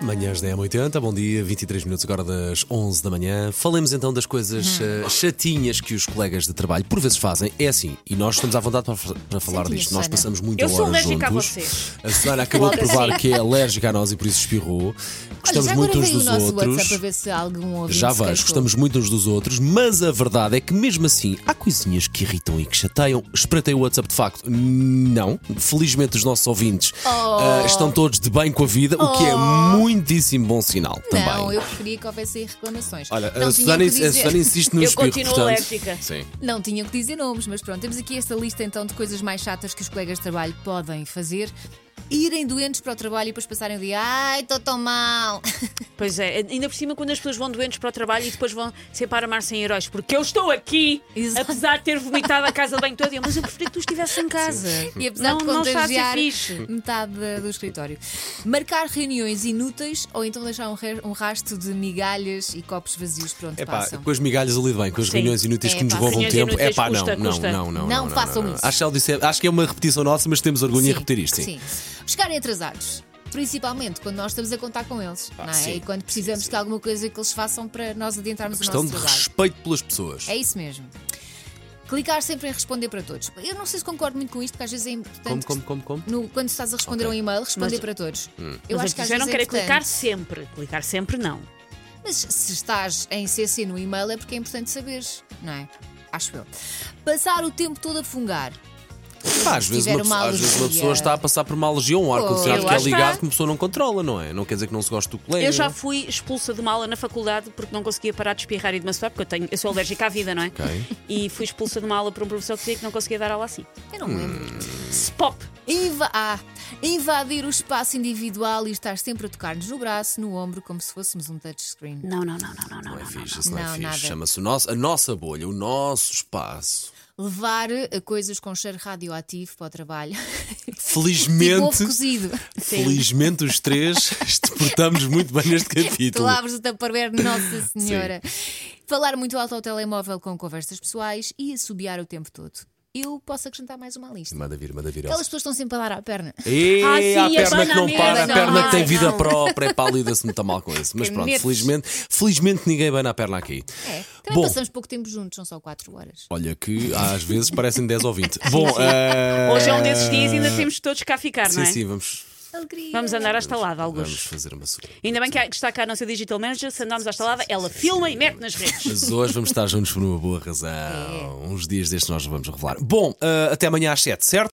Manhãs da M80, bom dia, 23 minutos agora das 11 da manhã. Falemos então das coisas chatinhas que os colegas de trabalho por vezes fazem. É assim, e nós estamos à vontade para falar Chatinhas, disto. Nós Susana. passamos muita Eu sou hora alérgica juntos. a vocês. A Susana acabou de provar que é alérgica a nós e por isso espirrou. Gostamos Olha, já muito agora uns veio dos o nosso outros. WhatsApp para ver se há algum ouvinte Já se vais, queixou. gostamos muito uns dos outros, mas a verdade é que mesmo assim há coisinhas que irritam e que chateiam. Espreitei o WhatsApp de facto. Não. Felizmente os nossos ouvintes estão todos de bem com a vida, o que é muitíssimo bom sinal também. Não, eu preferia que houvesse reclamações. Olha, Não a tinham Susana, que dizer- a Susana insiste no Eu espirro, continuo portanto, alérgica. Sim. Não tinham que dizer nomes, mas pronto, temos aqui esta lista então de coisas mais chatas que os colegas de trabalho podem fazer. Irem doentes para o trabalho e depois passarem o dia, ai, estou tão mal. Pois é, ainda por cima quando as pessoas vão doentes para o trabalho e depois vão sempre armar-se em heróis, porque eu estou aqui, Exato. apesar de ter vomitado a casa de banho toda, mas eu preferia que tu estivesse em casa. E apesar não, de não está a ser contagiar fixe. metade do escritório. Marcar reuniões inúteis ou então deixar um rasto de migalhas e copos vazios por onde Epá, passam. com as migalhas ali de bem, com as Sim. reuniões inúteis que nos roubam reuniões tempo. inúteis Epá, custa. Não façam isso. Acho que é uma repetição nossa, mas temos orgulho em Sim, repetir isto. Sim. Chegarem atrasados. Principalmente quando nós estamos a contar com eles, não é? sim. E quando precisamos de alguma coisa que eles façam para nós adiantarmos o Questão nosso de trabalho. respeito pelas pessoas. É isso mesmo. Clicar sempre em responder para todos. Eu não sei se concordo muito com isto, porque às vezes é importante. Como? Quando estás a responder a um e-mail, responder Mas- para todos. Eu acho que às não vezes quero é clicar importante. sempre. Clicar sempre não. Mas se estás em CC no e-mail é porque é importante saberes, não é? Acho eu. Passar o tempo todo a fungar. Pá, às vezes tiver uma uma pessoa alergia. está a passar por uma alergia ou um ar-condicionado Eu que é acho que ligado está. que uma pessoa não controla, não é? Não quer dizer que não se goste do colega. Eu já fui expulsa de uma aula na faculdade porque não conseguia parar de espirrar e de massoar, porque eu sou alérgica à vida, não é? Ok. E fui expulsa de uma aula por um professor que dizia que não conseguia dar aula assim. Eu não me lembro. Spop! Invadir o espaço individual e estar sempre a tocar-nos no braço, no ombro, como se fôssemos um touchscreen. Não. Não é fixe, isso não é Não, fixe. nada. Chama-se a nossa bolha, o nosso espaço. Levar coisas com cheiro radioativo para o trabalho. Tipo ovo Felizmente, cozido. felizmente os três portamos muito bem neste Tu capítulo. abres o Tupperware, Nossa Senhora. Falar muito alto ao telemóvel com conversas pessoais e assobiar o tempo todo. Eu posso acrescentar mais uma lista. Manda vir. Aquelas pessoas estão sempre a dar à perna. E Ah, sim, a a perna que não banana para, a mesmo. perna que tem Ai, vida não. própria, é pá, lida-se muito mal com isso. Mas pronto, Canetes. felizmente ninguém vai na perna aqui. É. Também Bom, passamos pouco tempo juntos, são só 4 horas. olha que às vezes parecem 10 ou 20. Bom, Hoje é um desses dias e ainda temos todos cá a ficar, não é? Sim, vamos Alegria. Vamos andar à estalada, alguns. fazer uma segunda. Ainda bem que está cá a nossa Digital Manager, se andarmos à estalada, ela filma e mete nas redes. Mas hoje vamos estar juntos por uma boa razão. Uns dias destes nós vamos revelar. Bom, até amanhã às 7, certo?